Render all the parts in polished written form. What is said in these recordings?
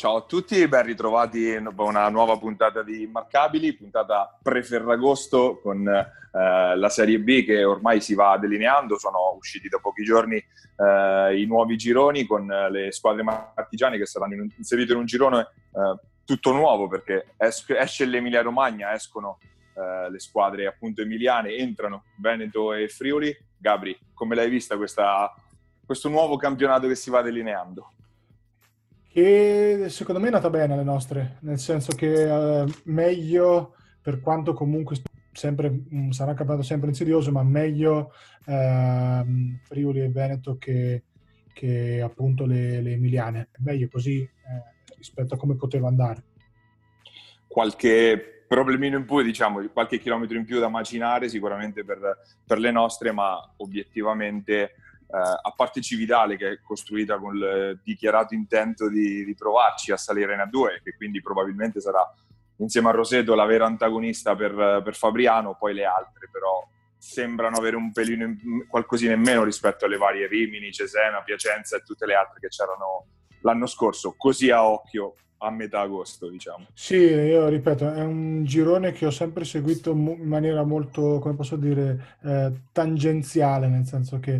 Ciao a tutti, ben ritrovati in una nuova puntata di Immarcabili, puntata pre-Ferragosto con la Serie B che ormai si va delineando. Sono usciti da pochi giorni i nuovi gironi con le squadre marchigiane che saranno inserite in un girone tutto nuovo, perché esce l'Emilia Romagna, escono le squadre appunto emiliane, entrano Veneto e Friuli. Gabri, come l'hai vista questo nuovo campionato che si va delineando? Che secondo me è andata bene alle nostre, nel senso che meglio, per quanto comunque sarà un campionato sempre insidioso, ma meglio Friuli e Veneto che appunto le emiliane. Meglio così rispetto a come poteva andare. Qualche problemino in più, diciamo, qualche chilometro in più da macinare sicuramente per le nostre, ma obiettivamente a parte Cividale, che è costruita con il dichiarato intento di provarci a salire in A2, che quindi probabilmente sarà insieme a Roseto la vera antagonista per Fabriano. Poi le altre però sembrano avere un pelino qualcosina in meno rispetto alle varie Rimini, Cesena, Piacenza e tutte le altre che c'erano l'anno scorso, così a occhio a metà agosto, diciamo. Sì, io ripeto, è un girone che ho sempre seguito in maniera molto, come posso dire, tangenziale, nel senso che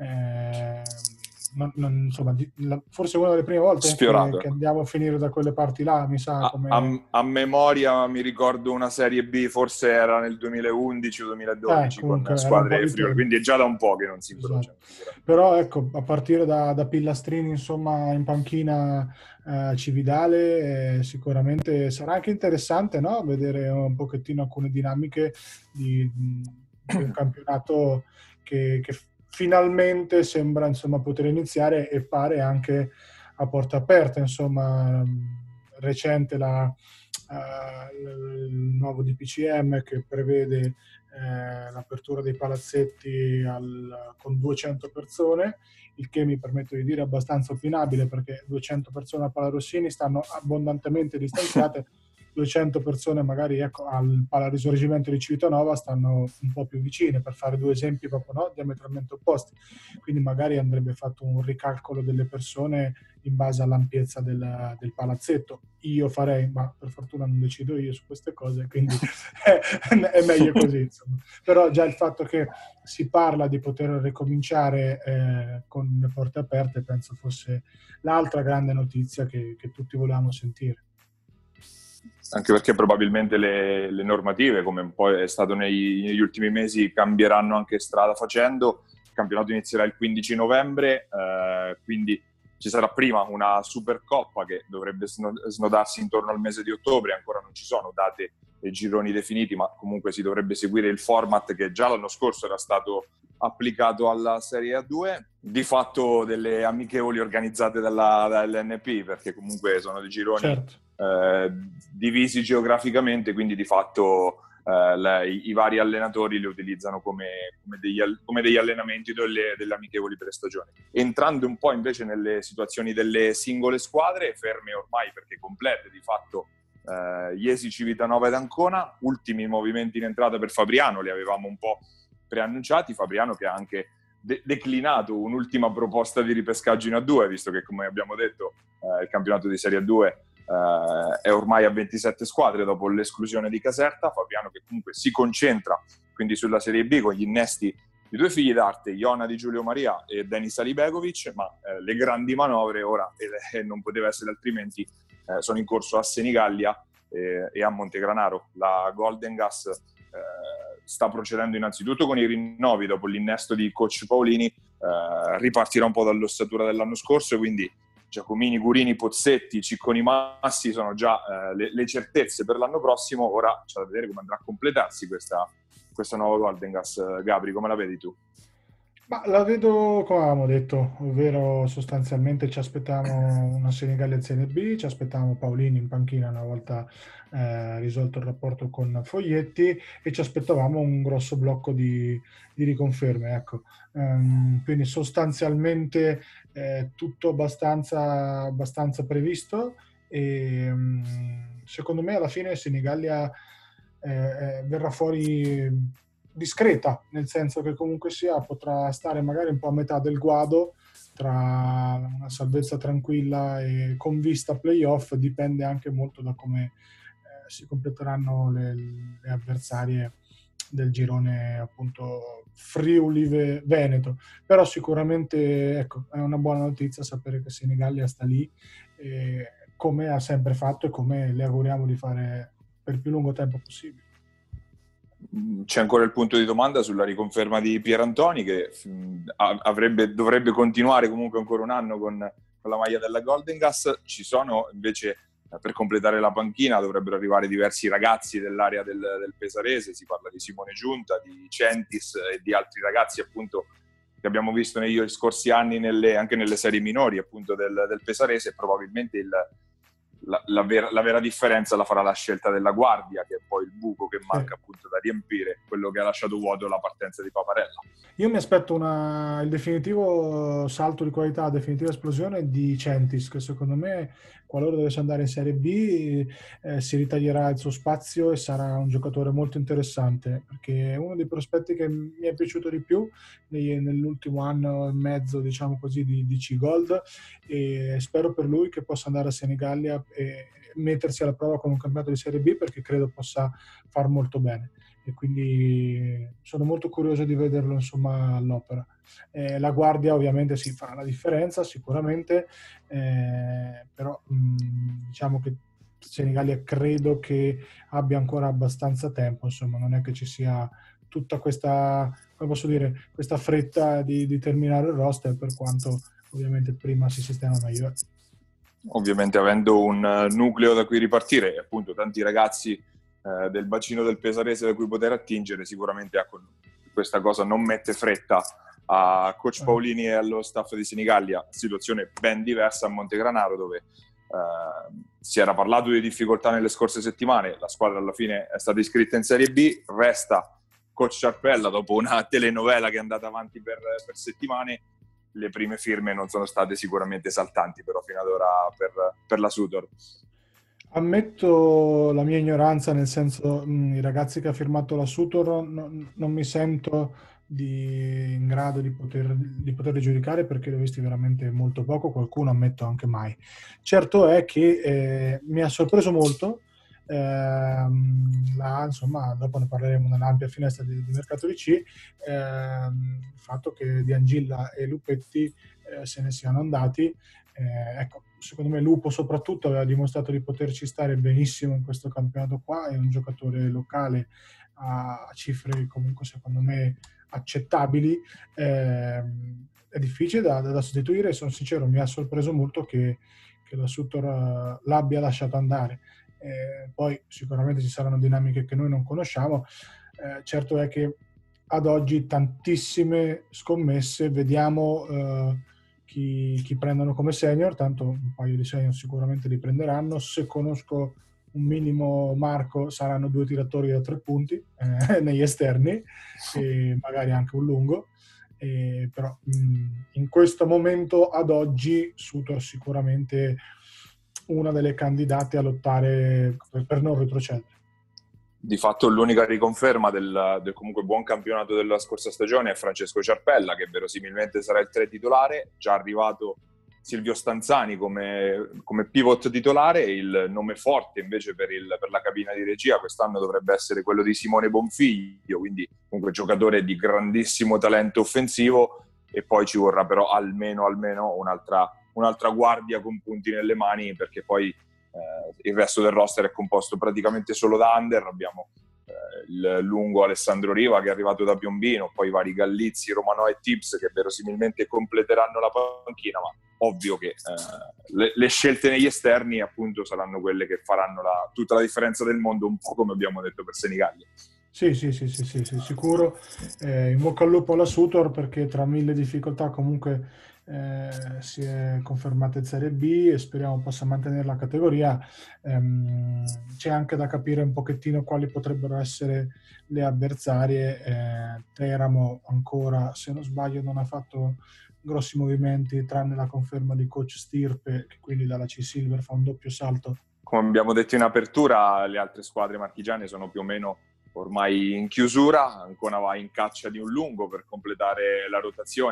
insomma, forse è una delle prime volte che, Sfiorato, che ecco. andiamo a finire da quelle parti là, mi sa, come... A memoria mi ricordo una Serie B, forse era nel 2011 o 2012 con Comunque era un po' squadre di Friuli, tempo. quindi è già da un po' che non si Esatto. incrociano sicuramente. Però ecco, a partire da Pillastrini, insomma, in panchina Cividale, sicuramente sarà anche interessante, no? Vedere un pochettino alcune dinamiche di un campionato che finalmente sembra, insomma, poter iniziare e pare anche a porta aperta, insomma, recente il nuovo DPCM che prevede l'apertura dei palazzetti con 200 persone, il che mi permetto di dire abbastanza opinabile, perché 200 persone a Palarossini stanno abbondantemente distanziate, 200 persone magari ecco, al Palarisorgimento di Civitanova stanno un po' più vicine, per fare due esempi proprio no, diametralmente opposti. Quindi magari andrebbe fatto un ricalcolo delle persone in base all'ampiezza del palazzetto. Io farei, ma per fortuna non decido io su queste cose, quindi è meglio così, insomma. Però già il fatto che si parla di poter ricominciare con le porte aperte penso fosse l'altra grande notizia che tutti volevamo sentire. Anche perché probabilmente le normative, come un po' è stato negli ultimi mesi, cambieranno anche strada facendo. Il campionato inizierà il 15 novembre, quindi ci sarà prima una Supercoppa che dovrebbe snodarsi intorno al mese di ottobre. Ancora non ci sono date e gironi definiti, ma comunque si dovrebbe seguire il format che già l'anno scorso era stato applicato alla Serie A2, di fatto delle amichevoli organizzate dall'NP, perché comunque sono dei gironi Certo. divisi geograficamente, quindi di fatto i vari allenatori li utilizzano come degli allenamenti delle amichevoli per stagione. Entrando un po' invece nelle situazioni delle singole squadre, ferme ormai perché complete di fatto Iesi, Civitanova ed Ancona, ultimi movimenti in entrata per Fabriano, li avevamo un po' preannunciati. Fabriano che ha anche declinato un'ultima proposta di ripescaggio in A2, visto che, come abbiamo detto, il campionato di Serie A2 è ormai a 27 squadre dopo l'esclusione di Caserta. Fabriano che comunque si concentra quindi sulla Serie B con gli innesti di due figli d'arte, Iona di Giulio Maria e Denis Alibegovic, ma le grandi manovre ora, e non poteva essere altrimenti, sono in corso a Senigallia e a Montegranaro. La Golden Gas sta procedendo innanzitutto con i rinnovi dopo l'innesto di coach Paolini, ripartirà un po' dall'ossatura dell'anno scorso, quindi Giacomini, Gurini, Pozzetti, Cicconi, Massi sono già le certezze per l'anno prossimo. Ora c'è da vedere come andrà a completarsi questa nuova Golden Gas. Gabri, come la vedi tu? Ma la vedo come avevamo detto, ovvero sostanzialmente ci aspettavamo una Senigallia Serie B, ci aspettavamo Paolini in panchina una volta risolto il rapporto con Foglietti e ci aspettavamo un grosso blocco di riconferme. Ecco. Quindi sostanzialmente tutto abbastanza previsto e secondo me alla fine Senigallia verrà fuori discreta, nel senso che comunque sia potrà stare magari un po' a metà del guado tra una salvezza tranquilla e con vista playoff dipende anche molto da come si completeranno le avversarie del girone appunto Friuli-Veneto, però sicuramente ecco, è una buona notizia sapere che Senigallia sta lì, come ha sempre fatto e come le auguriamo di fare per il più lungo tempo possibile. C'è ancora il punto di domanda sulla riconferma di Pierantoni, che dovrebbe continuare comunque ancora un anno con la maglia della Golden Gas. Ci sono invece, per completare la panchina, dovrebbero arrivare diversi ragazzi dell'area del Pesarese. Si parla di Simone Giunta, di Centis e di altri ragazzi appunto che abbiamo visto negli scorsi anni anche nelle serie minori appunto del Pesarese. Probabilmente la vera differenza la farà la scelta della guardia, che è poi il buco che manca appunto da riempire, quello che ha lasciato vuoto la partenza di Paparella. Io mi aspetto il definitivo salto di qualità, la definitiva esplosione di Centis, che secondo me, qualora dovesse andare in Serie B, si ritaglierà il suo spazio e sarà un giocatore molto interessante, perché è uno dei prospetti che mi è piaciuto di più nell'ultimo anno e mezzo, diciamo così, di C-Gold, e spero per lui che possa andare a Senigallia e mettersi alla prova con un campionato di Serie B, perché credo possa far molto bene. E quindi sono molto curioso di vederlo insomma all'opera. La guardia ovviamente si farà la differenza sicuramente, però diciamo che Senigallia credo che abbia ancora abbastanza tempo, insomma non è che ci sia tutta questa, come posso dire, questa fretta di terminare il roster, per quanto ovviamente prima si sistema meglio. Ovviamente avendo un nucleo da cui ripartire e appunto tanti ragazzi del bacino del Pesarese da cui poter attingere, sicuramente questa cosa non mette fretta a coach Paolini e allo staff di Senigallia. Situazione ben diversa a Montegranaro, dove si era parlato di difficoltà nelle scorse settimane. La squadra alla fine è stata iscritta in Serie B, resta coach Sciarpella dopo una telenovela che è andata avanti per settimane. Le prime firme non sono state sicuramente esaltanti però fino ad ora per la Sutor. Ammetto la mia ignoranza, nel senso, i ragazzi che ha firmato la Sutor non mi sento in grado di poterli giudicare, perché li ho visti veramente molto poco, qualcuno ammetto anche mai. Certo è che mi ha sorpreso molto, insomma, dopo ne parleremo nell'ampia finestra di mercato di C, il fatto che Di Angilla e Lupetti se ne siano andati. Ecco, secondo me Lupo soprattutto aveva dimostrato di poterci stare benissimo in questo campionato qua, è un giocatore locale a cifre comunque secondo me accettabili, è difficile da sostituire. Sono sincero, mi ha sorpreso molto che la Sutor l'abbia lasciato andare. Poi sicuramente ci saranno dinamiche che noi non conosciamo. Certo è che ad oggi tantissime scommesse, vediamo chi prendono come senior, tanto un paio di senior sicuramente li prenderanno. Se conosco un minimo Marco, saranno 2 tiratori da 3 punti negli esterni, e magari anche un lungo, però in questo momento ad oggi Sutor sicuramente una delle candidate a lottare per non retrocedere. Di fatto l'unica riconferma del comunque buon campionato della scorsa stagione è Francesco Ciarpella, che verosimilmente sarà il 3 titolare. Già arrivato Silvio Stanzani come pivot titolare, e il nome forte invece per la cabina di regia quest'anno dovrebbe essere quello di Simone Bonfiglio, quindi comunque giocatore di grandissimo talento offensivo, e poi ci vorrà però almeno un'altra guardia con punti nelle mani, perché poi il resto del roster è composto praticamente solo da under. Abbiamo il lungo Alessandro Riva che è arrivato da Piombino, poi vari Gallizzi, Romano e Tips che verosimilmente completeranno la panchina, ma ovvio che le scelte negli esterni appunto saranno quelle che faranno tutta la differenza del mondo, un po' come abbiamo detto per Senigallia. Sì, sicuro. In bocca al lupo alla Sutor, perché tra mille difficoltà comunque si è confermata in Serie B e speriamo possa mantenere la categoria. C'è anche da capire un pochettino quali potrebbero essere le avversarie. Teramo ancora, se non sbaglio, non ha fatto grossi movimenti, tranne la conferma di coach Stirpe, che quindi dalla C-Silver fa un doppio salto. Come abbiamo detto in apertura, le altre squadre marchigiane sono più o meno ormai in chiusura. Ancona va in caccia di un lungo per completare la rotazione, ma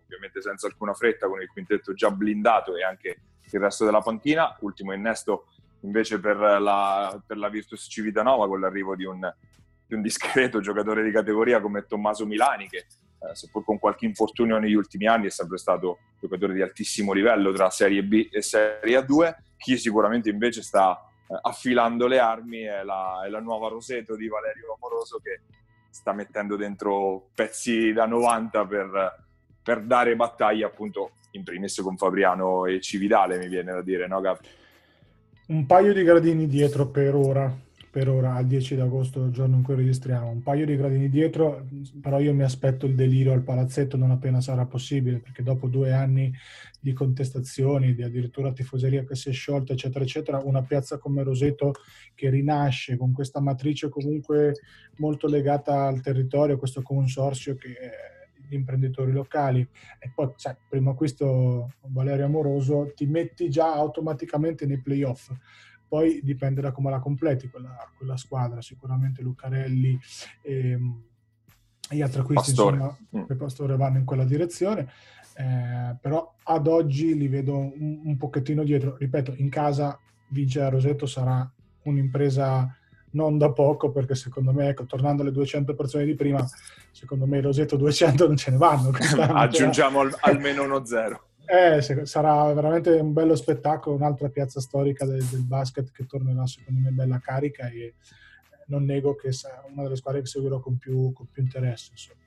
ovviamente senza alcuna fretta, con il quintetto già blindato e anche il resto della panchina. Ultimo innesto invece per la Virtus Civitanova, con l'arrivo di un discreto giocatore di categoria come Tommaso Milani, che seppur con qualche infortunio negli ultimi anni è sempre stato giocatore di altissimo livello tra Serie B e Serie A2. Chi sicuramente invece sta affilando le armi è la nuova Roseto di Valerio Amoroso, che sta mettendo dentro pezzi da 90 per dare battaglia, appunto, in primis con Fabriano e Cividale, mi viene da dire, no Gab? Un paio di gradini dietro per ora, al 10 d'agosto, il giorno in cui registriamo, un paio di gradini dietro, però io mi aspetto il delirio al palazzetto non appena sarà possibile, perché dopo 2 anni di contestazioni, di addirittura tifoseria che si è sciolta, eccetera, eccetera, una piazza come Roseto che rinasce con questa matrice comunque molto legata al territorio, questo consorzio di imprenditori locali, e poi sai, primo acquisto Valerio Amoroso, ti metti già automaticamente nei playoff. Poi dipende da come la completi quella squadra, sicuramente Lucarelli e gli altri acquisti, insomma, per Pastore vanno in quella direzione, però ad oggi li vedo un pochettino dietro. Ripeto, in casa vincere a Roseto sarà un'impresa non da poco, perché secondo me, ecco, tornando alle 200 persone di prima, secondo me Roseto 200 non ce ne vanno. Aggiungiamo almeno uno zero. Sarà veramente un bello spettacolo, un'altra piazza storica del basket che tornerà secondo me bella carica, e non nego che sarà una delle squadre che seguirò con più interesse, insomma.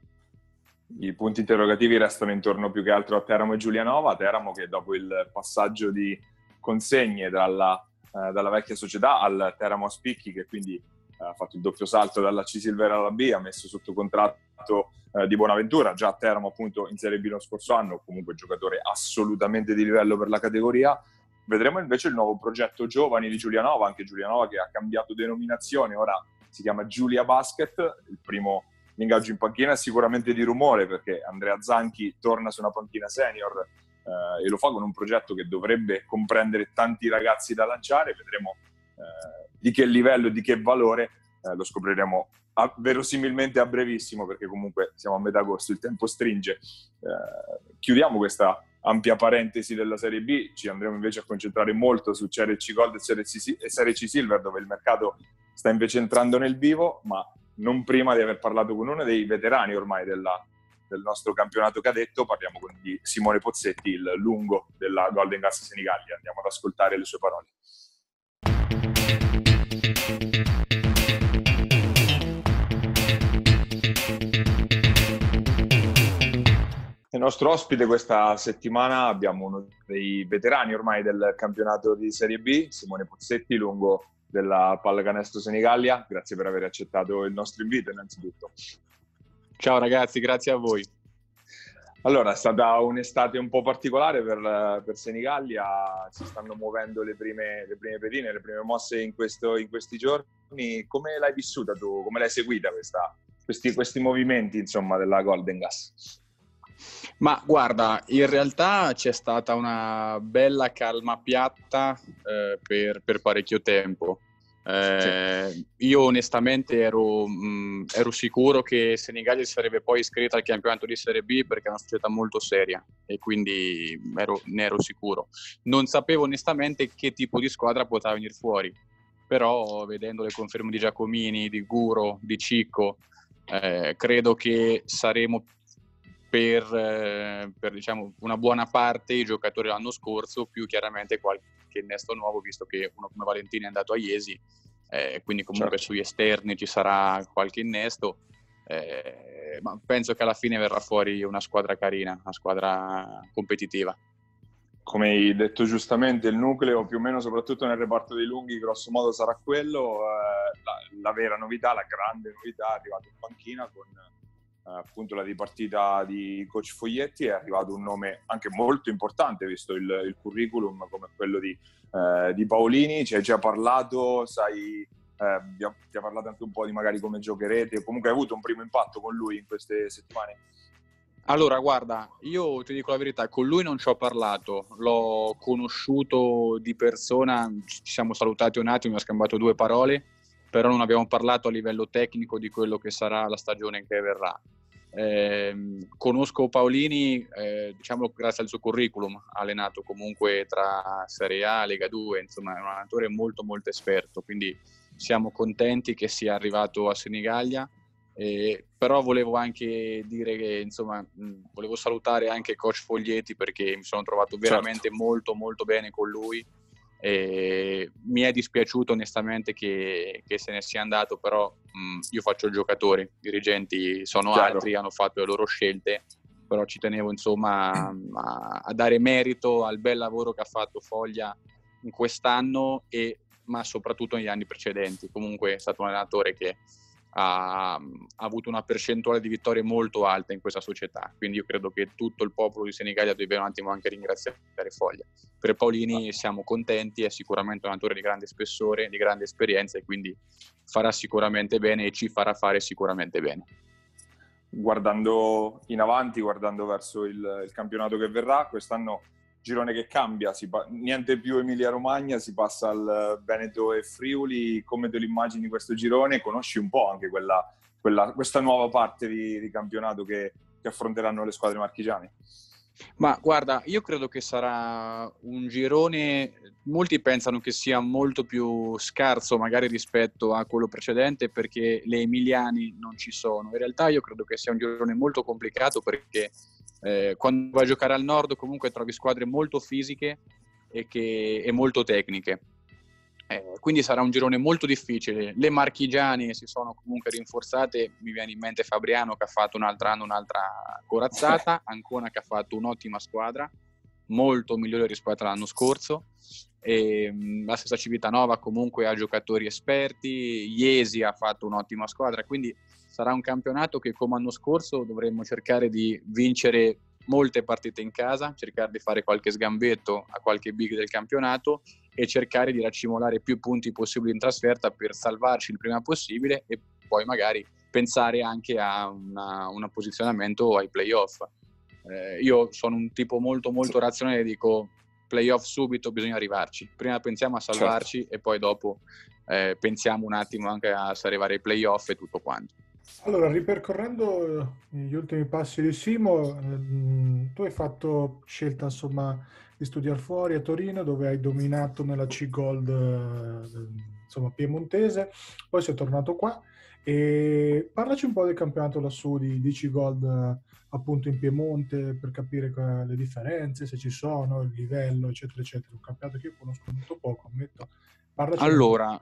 I punti interrogativi restano intorno più che altro a Teramo e Giulianova. Teramo che dopo il passaggio di consegne dalla vecchia società al Teramo a Spicchi, che quindi ha fatto il doppio salto dalla C Silver alla B, ha messo sotto contratto di Bonaventura, già a Teramo appunto in Serie B lo scorso anno, comunque giocatore assolutamente di livello per la categoria. Vedremo invece il nuovo progetto giovani di Giulianova, anche Giulianova che ha cambiato denominazione, ora si chiama Giulia Basket. Il primo ingaggio in panchina è sicuramente di rumore, perché Andrea Zanchi torna su una panchina senior e lo fa con un progetto che dovrebbe comprendere tanti ragazzi da lanciare. Vedremo di che livello e di che valore, lo scopriremo verosimilmente a brevissimo, perché comunque siamo a metà agosto, il tempo stringe. Chiudiamo questa ampia parentesi della Serie B, ci andremo invece a concentrare molto su Serie C Gold e Serie C Silver, dove il mercato sta invece entrando nel vivo, ma non prima di aver parlato con uno dei veterani ormai del nostro campionato cadetto. Parliamo di Simone Pozzetti, il lungo della Golden Gas Senigallia. Andiamo ad ascoltare le sue parole. Il nostro ospite questa settimana abbiamo uno dei veterani ormai del campionato di Serie B, Simone Pozzetti, lungo della Pallacanestro Senigallia. Grazie per aver accettato il nostro invito innanzitutto. Ciao ragazzi, grazie a voi. Allora, è stata un'estate un po' particolare per Senigallia, si stanno muovendo le prime pedine, le prime mosse in questi giorni. Come l'hai vissuta tu? Come l'hai seguita questi movimenti, insomma, della Golden Gas? Ma guarda, in realtà c'è stata una bella calma piatta per parecchio tempo. Io onestamente ero sicuro che Senigallia sarebbe poi iscritta al campionato di Serie B, perché è una società molto seria, e quindi ne ero sicuro. Non sapevo onestamente che tipo di squadra poteva venire fuori, però vedendo le conferme di Giacomini, di Guro, di Cicco, credo che saremo per diciamo una buona parte i giocatori dell'anno scorso, più chiaramente qualche innesto nuovo, visto che uno come Valentini è andato a Iesi, quindi comunque certo, sugli esterni ci sarà qualche innesto, ma penso che alla fine verrà fuori una squadra carina, una squadra competitiva. Come hai detto giustamente, il nucleo più o meno, soprattutto nel reparto dei lunghi, grosso modo sarà quello. La vera novità, la grande novità, è arrivata in panchina con appunto la dipartita di coach Foglietti. È arrivato un nome anche molto importante, visto il curriculum, come quello di Paolini. Ci hai già parlato, ti ha parlato anche un po' di magari come giocherete, comunque hai avuto un primo impatto con lui in queste settimane? Allora, guarda, io ti dico la verità, con lui non ci ho parlato, l'ho conosciuto di persona, ci siamo salutati un attimo, mi ha scambiato 2 parole, però non abbiamo parlato a livello tecnico di quello che sarà la stagione che verrà. Conosco Paolini, diciamo grazie al suo curriculum, ha allenato comunque tra Serie A, Lega 2, insomma è un allenatore molto molto esperto, quindi siamo contenti che sia arrivato a Senigallia. Però volevo anche dire che insomma volevo salutare anche coach Foglietti, perché mi sono trovato veramente molto molto bene con lui. Mi è dispiaciuto onestamente che se ne sia andato, però io faccio il giocatore, i dirigenti sono altri, hanno fatto le loro scelte, però ci tenevo insomma a dare merito al bel lavoro che ha fatto Foglia in quest'anno, ma soprattutto negli anni precedenti. Comunque è stato un allenatore che ha avuto una percentuale di vittorie molto alta in questa società, quindi io credo che tutto il popolo di Senigallia debba un attimo anche ringraziare Foglia. Per Paolini siamo contenti, è sicuramente un allenatore di grande spessore, di grande esperienza, e quindi farà sicuramente bene e ci farà fare sicuramente bene. Guardando in avanti, guardando verso il campionato che verrà, quest'anno girone che cambia, niente più Emilia-Romagna, si passa al Veneto e Friuli. Come te lo immagini questo girone? Conosci un po' anche questa nuova parte di campionato che affronteranno le squadre marchigiane? Ma guarda, io credo che sarà un girone, molti pensano che sia molto più scarso magari rispetto a quello precedente, perché le emiliani non ci sono. In realtà io credo che sia un girone molto complicato, perché quando vai a giocare al nord comunque trovi squadre molto fisiche e molto tecniche. Quindi sarà un girone molto difficile. Le marchigiane si sono comunque rinforzate, mi viene in mente Fabriano che ha fatto un altro anno un'altra corazzata, Ancona che ha fatto un'ottima squadra, molto migliore rispetto all'anno scorso, e la stessa Civitanova comunque ha giocatori esperti, Iesi ha fatto un'ottima squadra, quindi sarà un campionato che come l'anno scorso dovremmo cercare di vincere molte partite in casa, cercare di fare qualche sgambetto a qualche big del campionato e cercare di raccimolare più punti possibili in trasferta per salvarci il prima possibile e poi magari pensare anche a un posizionamento ai playoff. Io sono un tipo molto molto razionale e dico playoff subito, bisogna arrivarci, prima pensiamo a salvarci e poi dopo pensiamo un attimo anche a arrivare ai playoff e tutto quanto. Allora, ripercorrendo gli ultimi passi di Simo, tu hai fatto scelta insomma di studiare fuori a Torino, dove hai dominato nella C-Gold insomma piemontese, poi sei tornato qua e parlaci un po' del campionato lassù di C-Gold appunto in Piemonte, per capire le differenze, se ci sono, il livello eccetera eccetera. Un campionato che io conosco molto poco, ammetto. Parlaci allora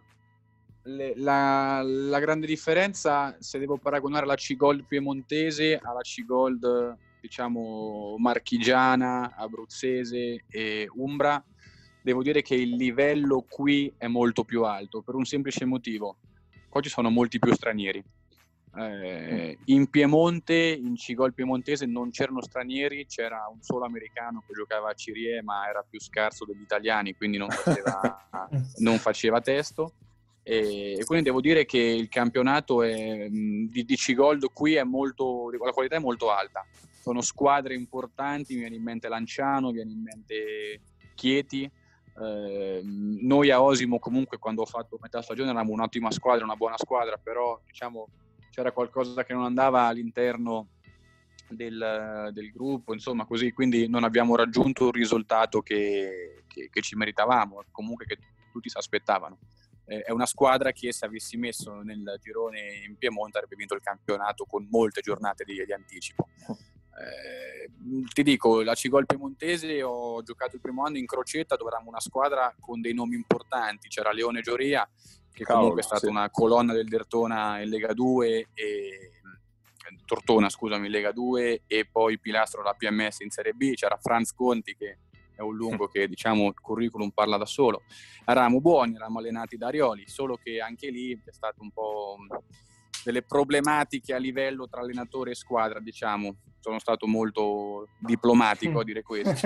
la grande differenza, se devo paragonare la C-Gold piemontese alla C-Gold diciamo marchigiana, abruzzese e umbra, devo dire che il livello qui è molto più alto, per un semplice motivo: qua ci sono molti più stranieri. In Piemonte, in C-Gold piemontese non c'erano stranieri, c'era un solo americano che giocava a Cirie, ma era più scarso degli italiani, quindi non faceva testo. E quindi devo dire che il campionato di C-Gold qui è molto, la qualità è molto alta, sono squadre importanti, mi viene in mente Lanciano, mi viene in mente Chieti. Noi a Osimo comunque quando ho fatto metà stagione eravamo un'ottima squadra, una buona squadra, però diciamo c'era qualcosa che non andava all'interno del gruppo, insomma così, quindi non abbiamo raggiunto un risultato che ci meritavamo, comunque che tutti si aspettavano. È una squadra che se avessi messo nel girone in Piemonte avrebbe vinto il campionato con molte giornate di anticipo. Ti dico, la C-Gold piemontese ho giocato il primo anno in Crocetta, dove eravamo una squadra con dei nomi importanti, c'era Leone Gioria che comunque è stata una colonna del Dertona in Lega 2 e Tortona, scusami, in Lega 2, e poi pilastro della PMS in Serie B, c'era Franz Conti che è un lungo che diciamo il curriculum parla da solo. Eravamo buoni, eravamo allenati da Arioli, solo che anche lì c'è stato un po' delle problematiche a livello tra allenatore e squadra, diciamo. Sono stato molto diplomatico a dire questo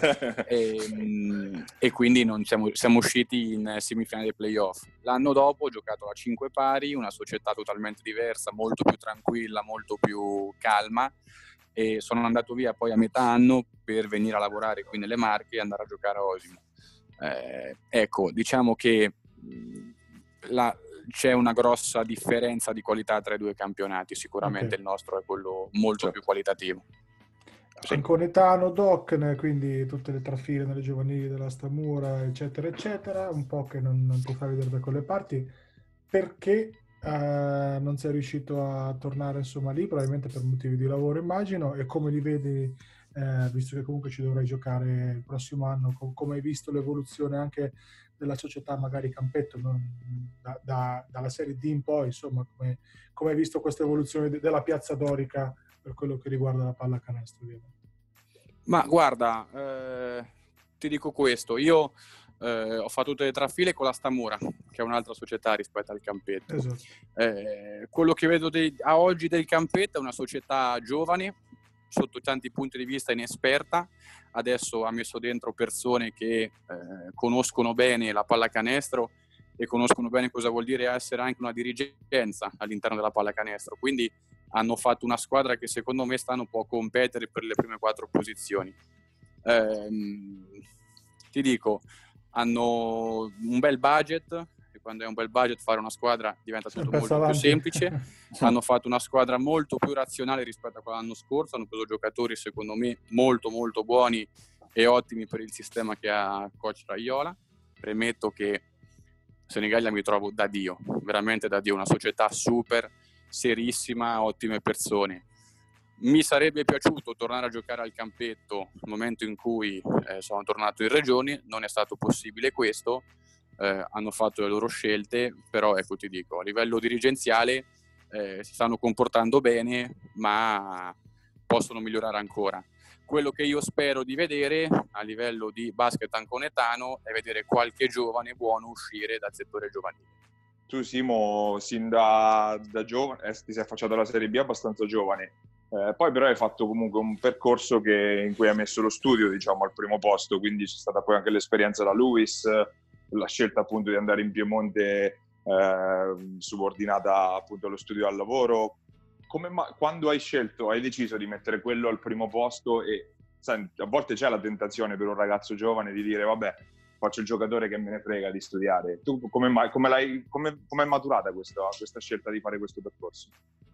e quindi non siamo usciti in semifinale dei playoff. L'anno dopo ho giocato a 5 pari, una società totalmente diversa, molto più tranquilla, molto più calma, e sono andato via poi a metà anno per venire a lavorare qui nelle Marche e andare a giocare a Osimo. Ecco, diciamo che c'è una grossa differenza di qualità tra i due campionati. Sicuramente Okay. il nostro è quello molto più qualitativo. Sì. Anconetano, Docne, quindi tutte le trafile nelle giovanili della Stamura, eccetera, eccetera, un po' che non ti fa vedere da quelle parti. Perché non sei riuscito a tornare insomma lì? Probabilmente per motivi di lavoro, immagino. E come li vedi, visto che comunque ci dovrai giocare il prossimo anno, come hai visto l'evoluzione anche della società, magari Campetto, dalla Serie D in poi, insomma, come hai visto questa evoluzione della piazza dorica per quello che riguarda la pallacanestro? Ma guarda, ti dico questo, io ho fatto tutte le trafile con la Stamura, che è un'altra società rispetto al Campetto. Esatto. Quello che vedo a oggi del Campetto è una società giovane, sotto tanti punti di vista inesperta. Adesso ha messo dentro persone che conoscono bene la pallacanestro e conoscono bene cosa vuol dire essere anche una dirigenza all'interno della pallacanestro, quindi hanno fatto una squadra che secondo me può competere per le prime 4 posizioni. Ti dico, hanno un bel budget, e quando hai un bel budget fare una squadra diventa tutto molto più semplice. Hanno fatto una squadra molto più razionale rispetto a quell'anno scorso, hanno preso giocatori secondo me molto molto buoni e ottimi per il sistema che ha coach Raiola. Premetto che Senigallia mi trovo da Dio, veramente da Dio, una società super serissima, ottime persone. Mi sarebbe piaciuto tornare a giocare al Campetto nel momento in cui sono tornato in regione, non è stato possibile questo, hanno fatto le loro scelte, però ecco ti dico, a livello dirigenziale si stanno comportando bene, ma possono migliorare ancora. Quello che io spero di vedere a livello di basket anconetano è vedere qualche giovane buono uscire dal settore giovanile. Tu Simo, sin da giovane, ti sei affacciato alla Serie B abbastanza giovane, poi però hai fatto comunque un percorso in cui hai messo lo studio, diciamo, al primo posto, quindi c'è stata poi anche l'esperienza da Lewis, la scelta appunto di andare in Piemonte subordinata appunto allo studio e al lavoro. Quando hai deciso di mettere quello al primo posto, e sai, a volte c'è la tentazione per un ragazzo giovane di dire vabbè, faccio il giocatore che me ne frega di studiare. Tu come è maturata questa scelta di fare questo percorso?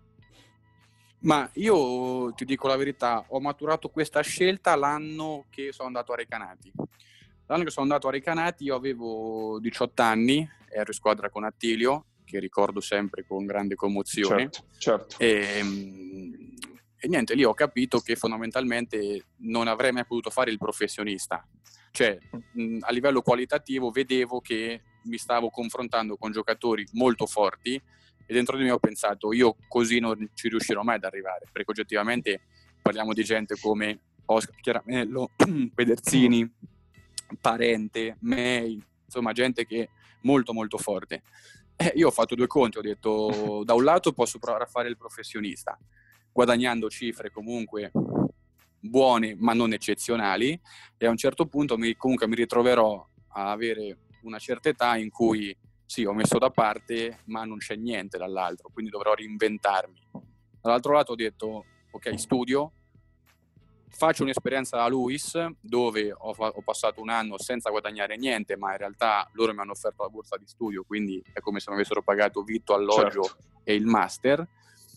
Ma io ti dico la verità, ho maturato questa scelta l'anno che sono andato a Recanati. L'anno che sono andato a Recanati io avevo 18 anni, ero in squadra con Attilio, che ricordo sempre con grande commozione. Certo. E niente, lì ho capito che fondamentalmente non avrei mai potuto fare il professionista. Cioè, a livello qualitativo vedevo che mi stavo confrontando con giocatori molto forti e dentro di me ho pensato, io così non ci riuscirò mai ad arrivare, perché oggettivamente parliamo di gente come Oscar Chiaramello, Pederzini, Parente, May, insomma gente che è molto molto forte. Io ho fatto 2 conti, ho detto da un lato posso provare a fare il professionista, guadagnando cifre comunque buone ma non eccezionali, e a un certo punto comunque mi ritroverò a avere una certa età in cui sì, ho messo da parte ma non c'è niente dall'altro, quindi dovrò reinventarmi. Dall'altro lato ho detto ok, studio, faccio un'esperienza a Lewis dove ho passato un anno senza guadagnare niente, ma in realtà loro mi hanno offerto la borsa di studio, quindi è come se mi avessero pagato vitto, alloggio, certo, e il master.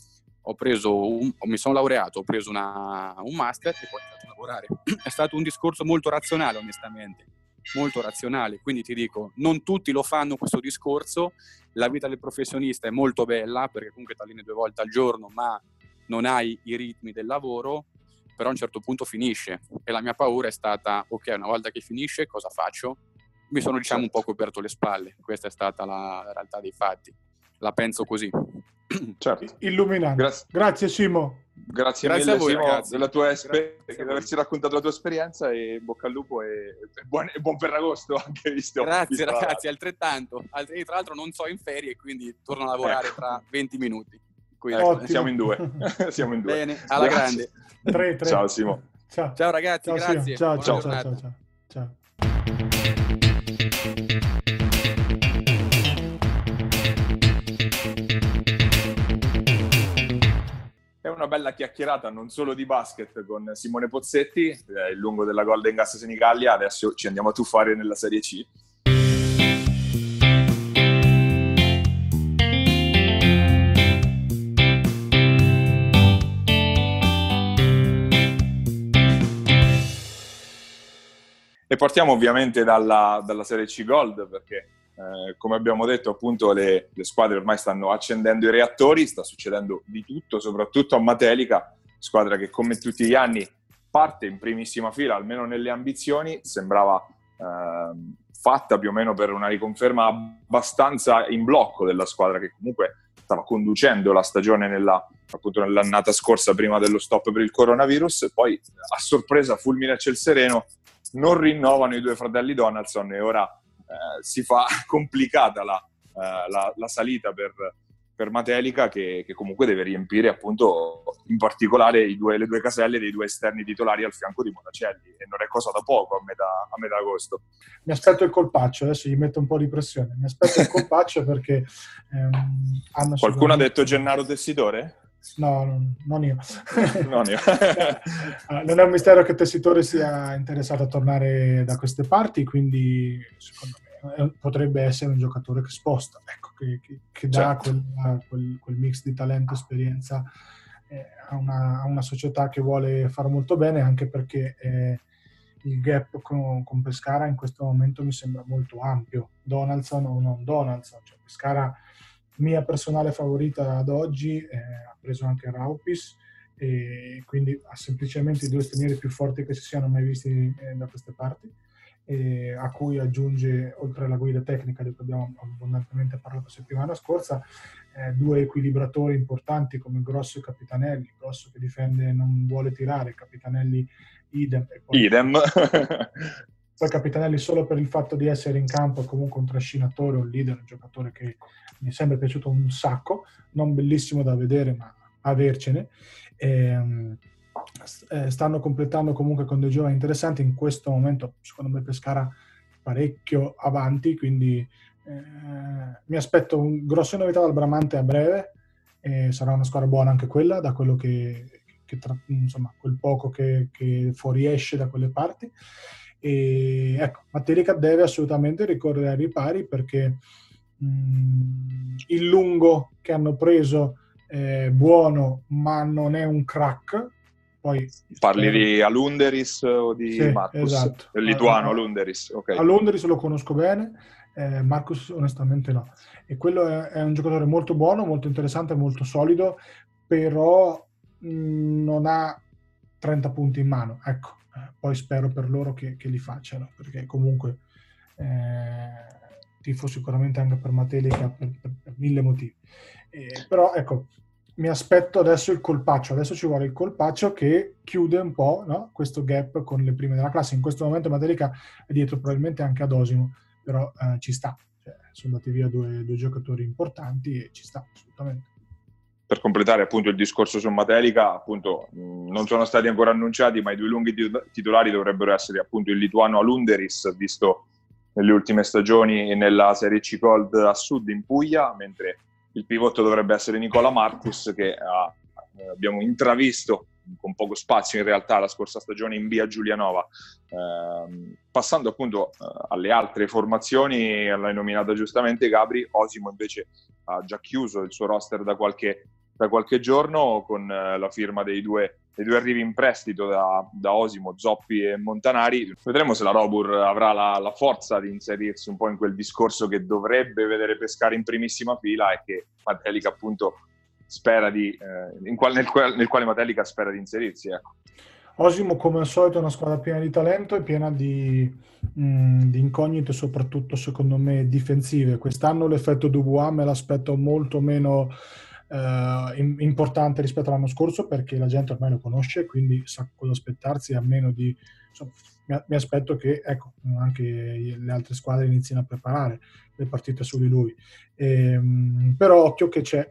Mi sono laureato, ho preso un master e poi ho iniziato a lavorare. È stato un discorso molto razionale, onestamente, molto razionale, quindi ti dico, non tutti lo fanno questo discorso. La vita del professionista è molto bella perché comunque ti alleni 2 volte al giorno, ma non hai i ritmi del lavoro, però a un certo punto finisce e la mia paura è stata ok, una volta che finisce cosa faccio? Mi sono diciamo un po' coperto le spalle, questa è stata la realtà dei fatti, la penso così. Certo. Illuminante. Grazie Simo. Grazie mille a voi, Simo, ragazzi, della tua di averci raccontato la tua esperienza, e bocca al lupo e buon Ferragosto anche visto. Grazie ragazzi, altrettanto. Tra l'altro non so in ferie, quindi torno a lavorare tra 20 minuti. Siamo in due. Siamo in 2. Bene, alla grande. 3. Ciao Simo. Ciao ragazzi, grazie. Ciao. È una bella chiacchierata non solo di basket con Simone Pozzetti, il lungo della Golden Gas Senigallia. Adesso ci andiamo a tuffare nella Serie C. E partiamo ovviamente dalla Serie C Gold, perché come abbiamo detto appunto le squadre ormai stanno accendendo i reattori, sta succedendo di tutto, soprattutto a Matelica, squadra che come tutti gli anni parte in primissima fila, almeno nelle ambizioni, sembrava fatta più o meno per una riconferma abbastanza in blocco della squadra che comunque stava conducendo la stagione appunto nell'annata scorsa prima dello stop per il coronavirus, e poi a sorpresa, fulmine a ciel sereno, non rinnovano i due fratelli Donaldson e ora si fa complicata la salita per Matelica, che comunque deve riempire appunto in particolare le due caselle dei due esterni titolari al fianco di Monacelli, e non è cosa da poco a metà agosto. Mi aspetto il colpaccio, adesso gli metto un po' di pressione, mi aspetto il colpaccio perché hanno Qualcuno ha detto Gennaro Tessitore? No, non io. Non io. Non è un mistero che Tessitore sia interessato a tornare da queste parti, quindi secondo me potrebbe essere un giocatore che sposta, ecco, che dà certo. quel mix di talento e esperienza a una società che vuole fare molto bene, anche perché il gap con Pescara in questo momento mi sembra molto ampio. Donaldson o non Donaldson, cioè Pescara, mia personale favorita ad oggi, ha preso anche Raupis, e quindi ha semplicemente i due stranieri più forti che si siano mai visti da queste parti, a cui aggiunge, oltre alla guida tecnica di cui abbiamo abbondantemente parlato settimana scorsa, due equilibratori importanti come Grosso e Capitanelli. Grosso che difende e non vuole tirare, Capitanelli idem. E poi Capitanelli solo per il fatto di essere in campo è comunque un trascinatore, un leader, un giocatore che mi è sempre piaciuto un sacco, non bellissimo da vedere ma avercene. Stanno completando comunque con dei giovani interessanti. In questo momento secondo me Pescara parecchio avanti, quindi mi aspetto un grosse novità dal Bramante a breve, sarà una squadra buona anche quella, da quello insomma, quel poco che fuoriesce da quelle parti. E ecco, Matelica deve assolutamente ricorrere ai ripari, perché il lungo che hanno preso è buono ma non è un crack. Poi parli di Alunderis o di sì, Marcus? Esatto. Il lituano Alunderis, ok. Alunderis lo conosco bene, Marcus onestamente no, e quello è un giocatore molto buono, molto interessante, molto solido, però non ha 30 punti in mano, ecco. Poi spero per loro che li facciano, perché comunque tifo sicuramente anche per Matelica per mille motivi, però ecco, mi aspetto adesso il colpaccio, adesso ci vuole il colpaccio che chiude un po', no, questo gap con le prime della classe. In questo momento Matelica è dietro probabilmente anche ad Osimo, però ci sta, cioè, sono andati via due giocatori importanti e ci sta assolutamente. Per completare appunto il discorso su Matelica, appunto non sono stati ancora annunciati, ma i due lunghi titolari dovrebbero essere appunto il lituano Alunderis, visto nelle ultime stagioni nella Serie C Gold a Sud in Puglia, mentre il pivot dovrebbe essere Nicola Marcus, che abbiamo intravisto con poco spazio in realtà la scorsa stagione in via Giulianova. Passando appunto alle altre formazioni, l'hai nominata giustamente Gabri, Osimo invece ha già chiuso il suo roster da qualche giorno con la firma dei due arrivi in prestito da Osimo, Zoppi e Montanari. Vedremo se la Robur avrà la forza di inserirsi un po' in quel discorso che dovrebbe vedere Pescara in primissima fila e che Matelica appunto spera nel quale Matelica spera di inserirsi, ecco. Osimo come al solito è una squadra piena di talento e piena di incognite, soprattutto secondo me difensive. Quest'anno l'effetto Dubois me l'aspetto molto meno importante rispetto all'anno scorso, perché la gente ormai lo conosce, quindi sa cosa aspettarsi, a meno di insomma, mi aspetto che ecco, anche le altre squadre iniziano a preparare le partite su di lui, però occhio che c'è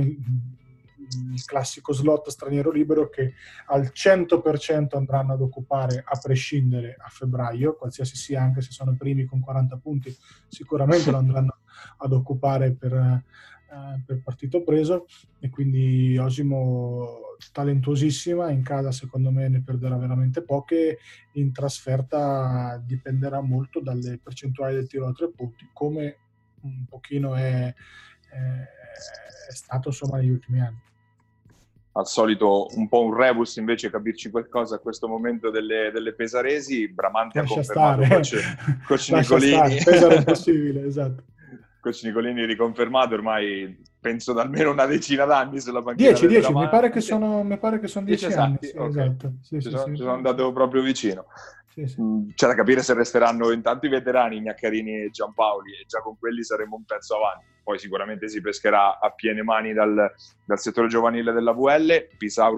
il classico slot straniero libero che al 100% andranno ad occupare a prescindere a febbraio, qualsiasi sia, anche se sono primi con 40 punti sicuramente lo andranno ad occupare per partito preso, e quindi Osimo talentuosissima, in casa secondo me ne perderà veramente poche, in trasferta dipenderà molto dalle percentuali del tiro a 3 punti, come un pochino è stato insomma negli ultimi anni. al solito un po' un rebus invece capirci qualcosa a questo momento delle pesaresi. Bramante Lascia ha confermato stare, coach lascia Nicolini. stare, Pesaro è impossibile, esatto. Coach Nicolini riconfermato ormai penso da almeno una decina d'anni sulla panchina 10, del 10, mi pare che Bramante. sono 10 anni, Esatti, sì, ok. esatto. Sì, Ci sì, sono, sì. ci sono andato proprio vicino. Sì, sì. C'è da capire se resteranno intanto i veterani Gnaccarini e Giampaoli, e già con quelli saremo un pezzo avanti. Poi sicuramente si pescherà a piene mani dal settore giovanile della VL.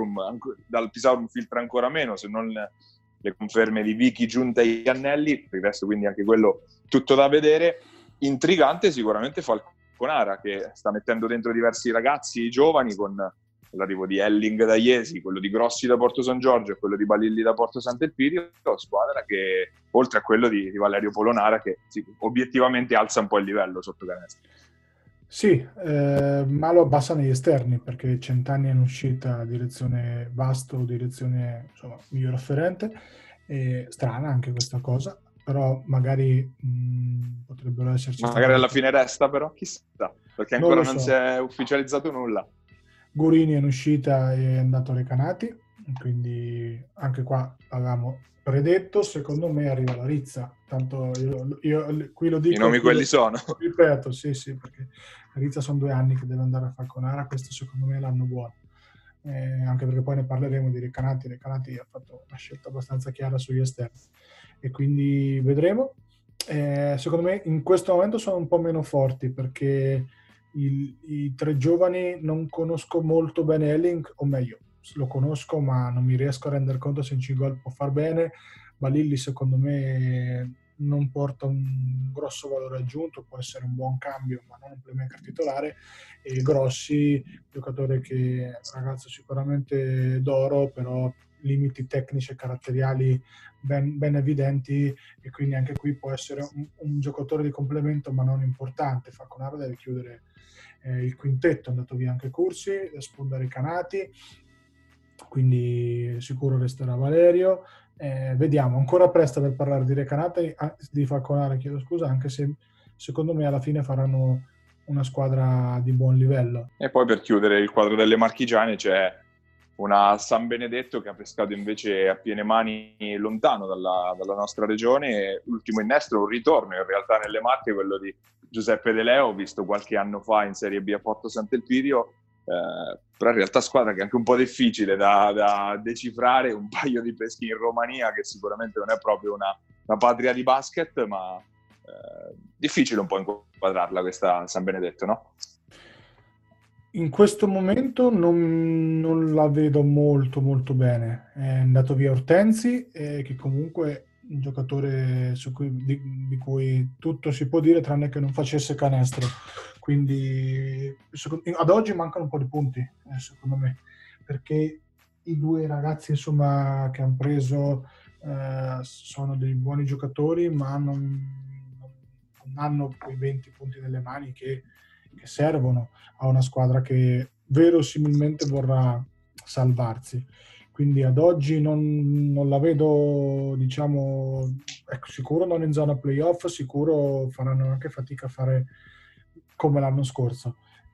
Dal Pisaurum filtra ancora meno, se non le conferme di Vicky giunte agli anelli. Per il resto quindi anche quello tutto da vedere. Intrigante sicuramente Falconara, che sta mettendo dentro diversi ragazzi giovani, con l'arrivo di Elling da Iesi, quello di Grossi da Porto San Giorgio e quello di Balilli da Porto Sant'Elpidio, squadra che oltre a quello di Valerio Polonara, che obiettivamente alza un po' il livello sotto canestro. Sì, ma lo abbassa negli esterni, perché Centanni è in uscita direzione Vasto, direzione insomma miglior afferente, e strana anche questa cosa, però magari potrebbero esserci Magari alla state... fine resta, però chissà, perché Non ancora lo non so. si è ufficializzato nulla. Gurini è in uscita e è andato a Recanati, quindi anche qua avevamo predetto. Secondo me arriva la Rizza, tanto io qui lo dico, I nomi qui quelli sono. lo ripeto, sì, perché la Rizza sono 2 anni che deve andare a Falconara, questo secondo me è l'anno buono, anche perché poi ne parleremo di Recanati. Recanati ha fatto una scelta abbastanza chiara sugli esterni e quindi vedremo. Secondo me in questo momento sono un po' meno forti, perché i 3 giovani non conosco molto bene Elling, o meglio, lo conosco ma non mi riesco a rendere conto se in 5 gol può far bene. Balilli secondo me non porta un grosso valore aggiunto, può essere un buon cambio ma non un playmaker titolare. E Grossi, giocatore ragazzo sicuramente d'oro, però limiti tecnici e caratteriali ben evidenti, e quindi anche qui può essere un giocatore di complemento ma non importante. Falconara deve chiudere il quintetto, è andato via anche Cursi, sponda Recanati, quindi sicuro resterà Valerio. Vediamo, ancora presto per parlare di Recanati, di Falconara, chiedo scusa, anche se secondo me alla fine faranno una squadra di buon livello. E poi per chiudere il quadro delle marchigiane c'è una San Benedetto che ha pescato invece a piene mani lontano dalla nostra regione. L'ultimo innesto, un ritorno in realtà nelle Marche, quello di Giuseppe De Leo, visto qualche anno fa in Serie B a Porto Sant'Elpidio, però in realtà squadra che è anche un po' difficile da decifrare, un paio di peschi in Romania, che sicuramente non è proprio una patria di basket, ma difficile un po' inquadrarla questa San Benedetto, no? In questo momento non la vedo molto molto bene. È andato via Ortenzi, che comunque è un giocatore di cui tutto si può dire tranne che non facesse canestro. Quindi ad oggi mancano un po' di punti, secondo me, perché i 2 ragazzi insomma che hanno preso sono dei buoni giocatori, ma non hanno quei 20 punti nelle mani che servono a una squadra che verosimilmente vorrà salvarsi. Quindi ad oggi non la vedo, diciamo, ecco, sicuro non in zona playoff, sicuro faranno anche fatica a fare come l'anno scorso.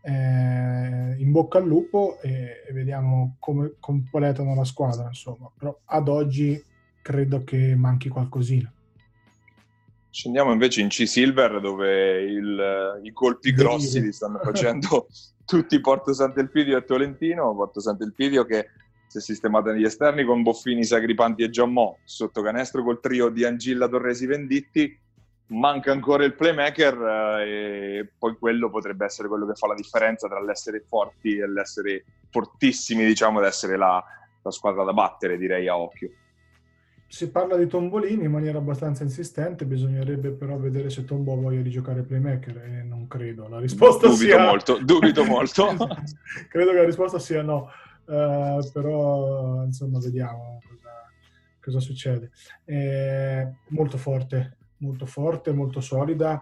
In bocca al lupo e vediamo come completano la squadra, insomma. Però ad oggi credo che manchi qualcosina. Scendiamo invece in C-Silver, dove i colpi grossi li stanno facendo tutti Porto Sant'Elpidio e Tolentino. Porto Sant'Elpidio che si è sistemata negli esterni con Boffini, Sagripanti e Giammò, sotto canestro col trio di Angilla, Torresi, Venditti. Manca ancora il playmaker e poi quello potrebbe essere quello che fa la differenza tra l'essere forti e l'essere fortissimi, diciamo, ed essere la squadra da battere, direi, a occhio. Si parla di Tombolini in maniera abbastanza insistente, bisognerebbe però vedere se Tombo voglia di giocare playmaker, e non credo. La risposta Dubito molto. Credo che la risposta sia no, però insomma vediamo cosa succede. Molto forte, molto solida.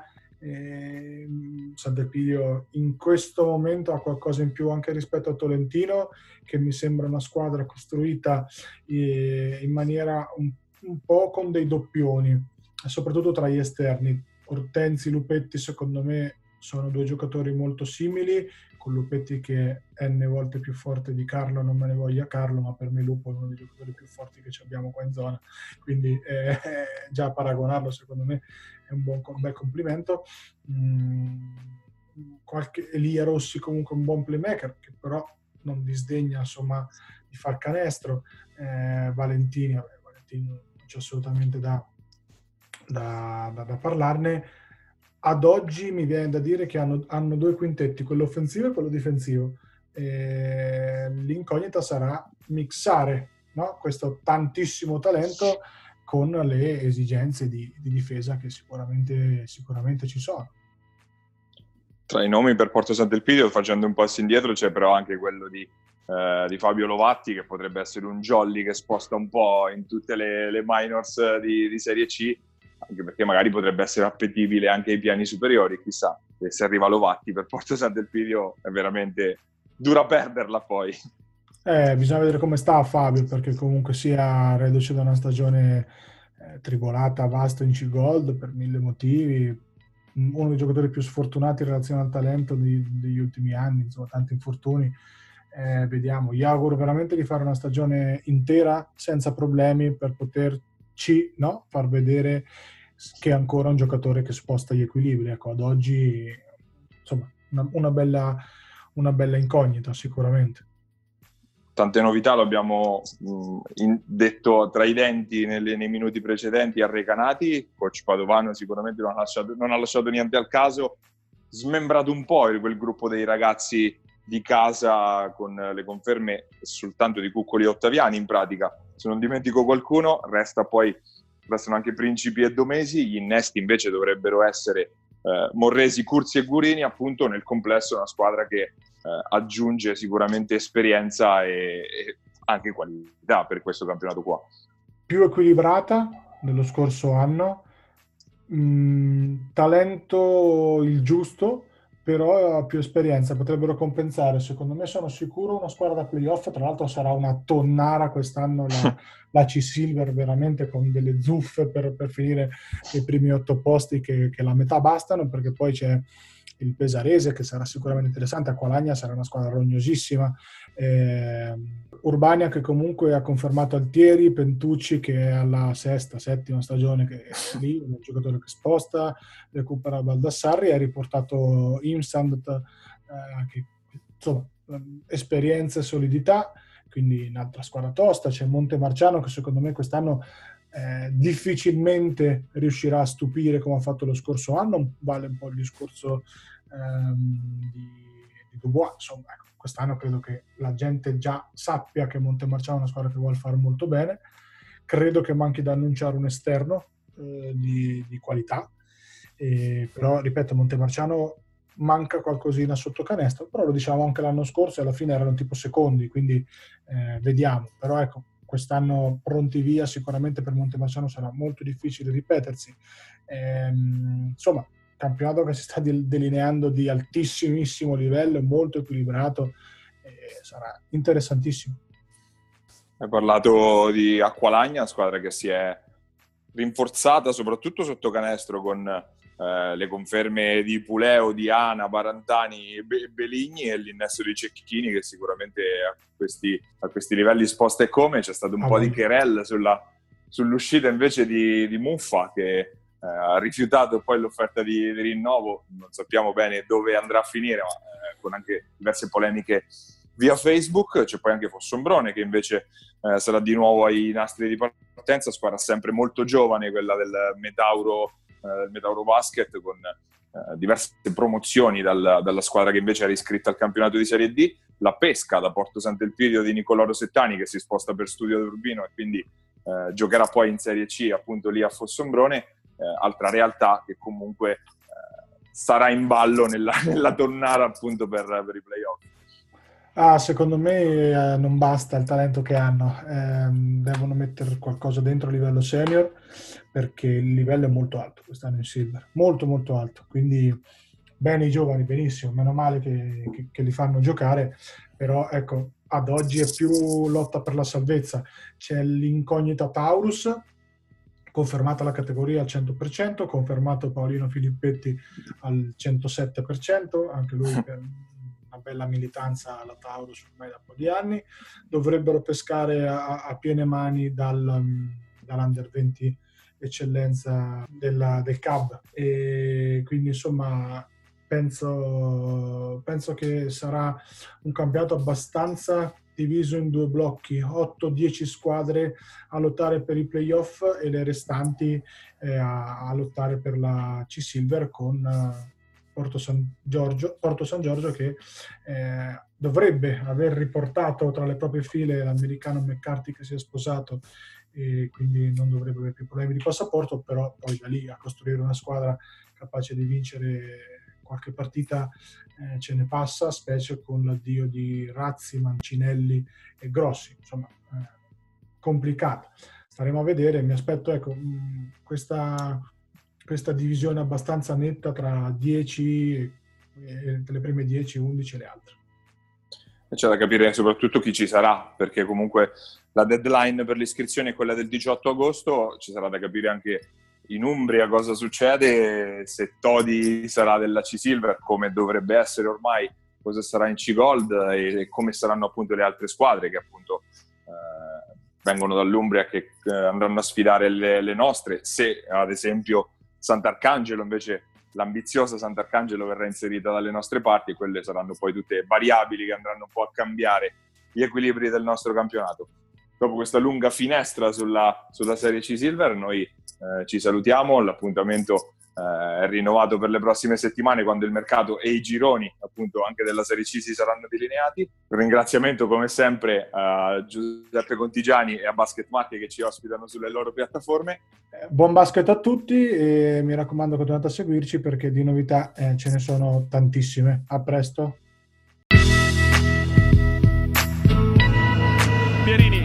Sant'Elpidio in questo momento ha qualcosa in più anche rispetto a Tolentino, che mi sembra una squadra costruita in maniera un po' con dei doppioni, soprattutto tra gli esterni. Ortenzi, Lupetti secondo me sono 2 giocatori molto simili, con Lupetti che è n volte più forte di Carlo, non me ne voglia Carlo, ma per me Lupo è uno dei giocatori più forti che abbiamo qua in zona, quindi già paragonarlo secondo me è un bel complimento. Qualche Elia Rossi comunque un buon playmaker, che però non disdegna insomma di far canestro. Valentini non c'è assolutamente da parlarne. Ad oggi mi viene da dire che hanno due quintetti, quello offensivo e quello difensivo. L'incognita sarà mixare, no? Questo tantissimo talento con le esigenze di difesa che sicuramente ci sono. Tra i nomi per Porto Sant'Elpidio, facendo un passo indietro, c'è però anche quello di Fabio Lovatti, che potrebbe essere un jolly che sposta un po' in tutte le minors di Serie C, anche perché magari potrebbe essere appetibile anche ai piani superiori, chissà, se arriva Lovatti per Porto Sant'Elpidio è veramente dura perderla poi. Bisogna vedere come sta Fabio, perché comunque sia reduce da una stagione tribolata, vasta in C-Gold per 1000 motivi, uno dei giocatori più sfortunati in relazione al talento degli ultimi anni, insomma tanti infortuni. Vediamo, gli auguro veramente di fare una stagione intera senza problemi per poterci far vedere che è ancora un giocatore che sposta gli equilibri. Ecco, ad oggi insomma una bella incognita sicuramente. Tante novità, lo abbiamo detto tra i denti nei minuti precedenti, arrecanati. Coach Padovano sicuramente non ha lasciato niente al caso, smembrato un po' quel gruppo dei ragazzi di casa con le conferme soltanto di Cuccoli e Ottaviani in pratica. Se non dimentico qualcuno, restano anche Principi e Domesi. Gli innesti invece dovrebbero essere Morresi, Curzi e Gurini. Appunto, nel complesso è una squadra che aggiunge sicuramente esperienza e anche qualità per questo campionato qua. Più equilibrata dello scorso anno, talento il giusto, però più esperienza, potrebbero compensare. Secondo me, sono sicuro, una squadra da playoff. Tra l'altro sarà una tonnara quest'anno la C-Silver, veramente con delle zuffe per finire i primi 8 posti che la metà bastano, perché poi c'è il Pesarese che sarà sicuramente interessante, Acqualagna sarà una squadra rognosissima, Urbania che comunque ha confermato Altieri, Pentucci che è alla settima stagione, che è lì, un giocatore che sposta, recupera Baldassarri, ha riportato Imsand, che insomma esperienza e solidità, quindi un'altra squadra tosta. C'è Montemarciano che secondo me quest'anno difficilmente riuscirà a stupire come ha fatto lo scorso anno. Vale un po' il discorso di Dubois. Insomma, ecco, quest'anno credo che la gente già sappia che Montemarciano è una squadra che vuole fare molto bene. Credo che manchi da annunciare un esterno di qualità, però ripeto, Montemarciano manca qualcosina sotto canestro, però lo diciamo anche l'anno scorso e alla fine erano tipo secondi, quindi vediamo. Però ecco, quest'anno pronti via sicuramente per Montemarciano sarà molto difficile ripetersi. Insomma, campionato che si sta delineando di altissimissimo livello, molto equilibrato, sarà interessantissimo. Hai parlato di Acqualagna, squadra che si è rinforzata soprattutto sotto canestro con le conferme di Puleo, Diana, Barantani e Beligni, e l'innesto di Cecchini, che sicuramente a questi livelli sposta e come. C'è stato un po' di querel sull'uscita invece di Muffa, che ha rifiutato poi l'offerta di rinnovo. Non sappiamo bene dove andrà a finire, ma con anche diverse polemiche via Facebook. C'è poi anche Fossombrone che invece sarà di nuovo ai nastri di partenza, squadra sempre molto giovane, quella del Metauro Basket, con diverse promozioni dalla squadra che invece era iscritta al campionato di Serie D. La Pesca da Porto Sant'Elpidio di Nicolò Rosettani, che si sposta per Studio d'Urbino e quindi giocherà poi in Serie C appunto lì a Fossombrone, altra realtà che comunque sarà in ballo nella tonnara appunto per i playoff. Secondo me non basta il talento che hanno, devono mettere qualcosa dentro a livello senior, perché il livello è molto alto quest'anno in Silver, molto molto alto, quindi bene i giovani, benissimo, meno male che li fanno giocare, però ecco, ad oggi è più lotta per la salvezza. C'è l'incognita Taurus, confermata la categoria al 100%, confermato Paolino Filippetti al 107%, anche lui per una bella militanza alla Taurus ormai da un po' di anni, dovrebbero pescare a piene mani dall'Under 20 eccellenza del CAB, e quindi insomma penso che sarà un campionato abbastanza diviso in due blocchi, 8-10 squadre a lottare per i playoff e le restanti a lottare per la C-Silver, con Porto San Giorgio che dovrebbe aver riportato tra le proprie file l'americano McCarthy, che si è sposato e quindi non dovrebbe avere più problemi di passaporto, però poi da lì a costruire una squadra capace di vincere qualche partita ce ne passa, specie con l'addio di Razzi, Mancinelli e Grossi, insomma complicato. Staremo a vedere, mi aspetto questa divisione abbastanza netta tra 10 le prime 10, 11 e le altre. C'è da capire soprattutto chi ci sarà, perché comunque la deadline per l'iscrizione è quella del 18 agosto, ci sarà da capire anche in Umbria cosa succede, se Todi sarà della C-Silver come dovrebbe essere ormai, cosa sarà in C-Gold e come saranno appunto le altre squadre che appunto vengono dall'Umbria, che andranno a sfidare le nostre, se ad esempio Sant'Arcangelo, invece l'ambiziosa Sant'Arcangelo, verrà inserita dalle nostre parti, e quelle saranno poi tutte variabili che andranno un po' a cambiare gli equilibri del nostro campionato. Dopo questa lunga finestra sulla Serie C-Silver noi ci salutiamo, l'appuntamento è rinnovato per le prossime settimane, quando il mercato e i gironi appunto anche della Serie C si saranno delineati. Un ringraziamento come sempre a Giuseppe Contigiani e a Basket Marche che ci ospitano sulle loro piattaforme. Buon basket a tutti e mi raccomando, continuate a seguirci perché di novità ce ne sono tantissime. A presto. Pierini